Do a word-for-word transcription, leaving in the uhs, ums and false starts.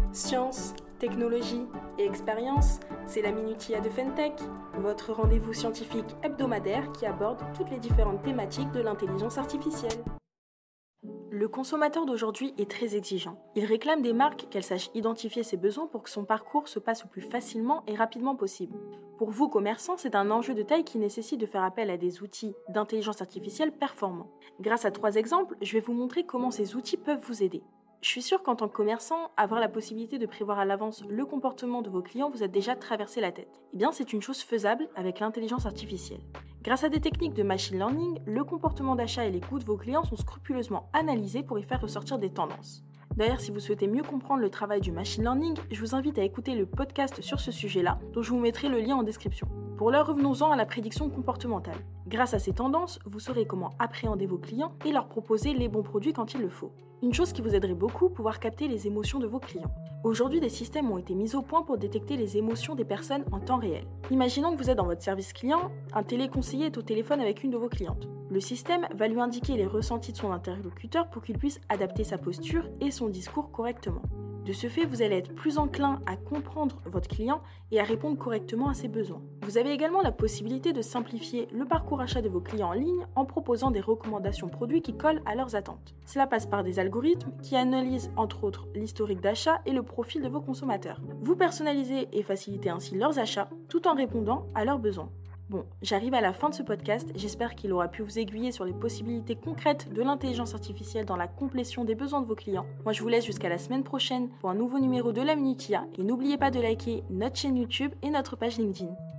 Science, technologie et expérience, c'est la Minutia de Fentech, votre rendez-vous scientifique hebdomadaire qui aborde toutes les différentes thématiques de l'intelligence artificielle. Le consommateur d'aujourd'hui est très exigeant. Il réclame des marques qu'elles sachent identifier ses besoins pour que son parcours se passe le plus facilement et rapidement possible. Pour vous, commerçants, c'est un enjeu de taille qui nécessite de faire appel à des outils d'intelligence artificielle performants. Grâce à trois exemples, je vais vous montrer comment ces outils peuvent vous aider. Je suis sûre qu'en tant que commerçant, avoir la possibilité de prévoir à l'avance le comportement de vos clients vous a déjà traversé la tête. Eh bien, c'est une chose faisable avec l'intelligence artificielle. Grâce à des techniques de machine learning, le comportement d'achat et les coûts de vos clients sont scrupuleusement analysés pour y faire ressortir des tendances. D'ailleurs, si vous souhaitez mieux comprendre le travail du machine learning, je vous invite à écouter le podcast sur ce sujet-là, dont je vous mettrai le lien en description. Pour l'heure, revenons-en à la prédiction comportementale. Grâce à ces tendances, vous saurez comment appréhender vos clients et leur proposer les bons produits quand il le faut. Une chose qui vous aiderait beaucoup, pouvoir capter les émotions de vos clients. Aujourd'hui, des systèmes ont été mis au point pour détecter les émotions des personnes en temps réel. Imaginons que vous êtes dans votre service client, un téléconseiller est au téléphone avec une de vos clientes. Le système va lui indiquer les ressentis de son interlocuteur pour qu'il puisse adapter sa posture et son discours correctement. De ce fait, vous allez être plus enclin à comprendre votre client et à répondre correctement à ses besoins. Vous avez également la possibilité de simplifier le parcours achat de vos clients en ligne en proposant des recommandations produits qui collent à leurs attentes. Cela passe par des algorithmes qui analysent entre autres l'historique d'achat et le profil de vos consommateurs. Vous personnalisez et facilitez ainsi leurs achats tout en répondant à leurs besoins. Bon, j'arrive à la fin de ce podcast, j'espère qu'il aura pu vous aiguiller sur les possibilités concrètes de l'intelligence artificielle dans la complétion des besoins de vos clients. Moi je vous laisse jusqu'à la semaine prochaine pour un nouveau numéro de la Minutia et n'oubliez pas de liker notre chaîne YouTube et notre page LinkedIn.